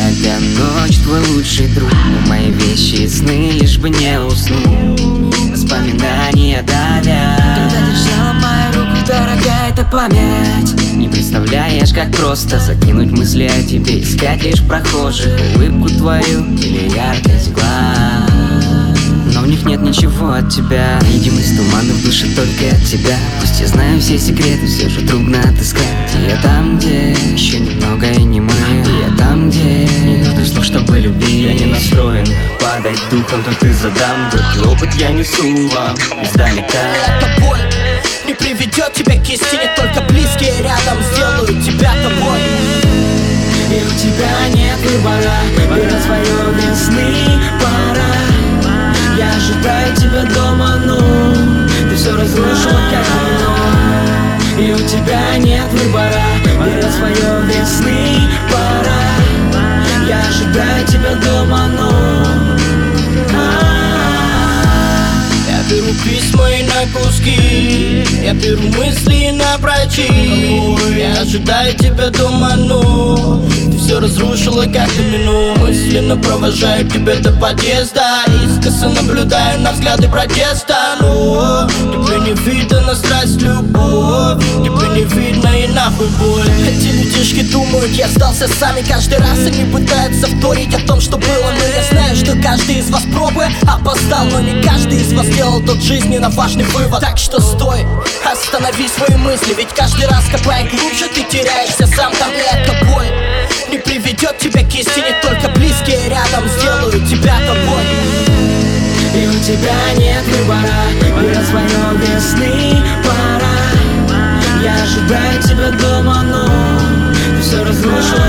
эта ночь твой лучший друг. Мои вещи и сны, лишь бы не уснуть. Воспоминания давят. Когда ты сжала мою руку, дорогая, это память. Не представляешь, как просто закинуть мысли о тебе, искать лишь прохожих, улыбку твою или яркость глаз. Но в них нет ничего от тебя. Видимость тумана в душе только от тебя. Пусть я знаю все секреты, все же трудно отыскать. И я там, где еще немного и не мы. И я там, где не нужно слов, чтобы любить. Я не настроен падать духом, только ты задам. Горький опыт я несу вам издалека. Эта боль не приведет тебя к истине, только близкие рядом сделают тебя тобой. И у тебя нет выбора, берет свое весны пора. Я ожидаю тебя дома, ну ты все разрушила, как вино. И у тебя нет выбора, берет свое весны пора. Я ожидаю тебя дома, ну Я беру письма и на куски, я беру мысли на прочи. Я ожидаю тебя дома, но ты все разрушила, как домино. Мысленно провожаю тебя до подъезда, искоса наблюдаю на взгляды протеста. Но тебе не видно на страсть, любовь, тебе не видно и нахуй боль. Эти людишки думают, я сдался сами. Каждый раз они пытаются вторить о том, что было. Но я знаю, что каждый из вас, пробуя, опоздал. Но не каждый из вас сделал тот жизненно важный вывод. Так что стой, останови свои мысли, ведь каждый раз, копая глубже, ты теряешься сам. Там и эта боль не приведет тебя к истине, только близкие рядом сделают тебя тобой. И у тебя нет выбора, берет свое весны пора. Я ожидаю тебя дома, но ты все разрушила,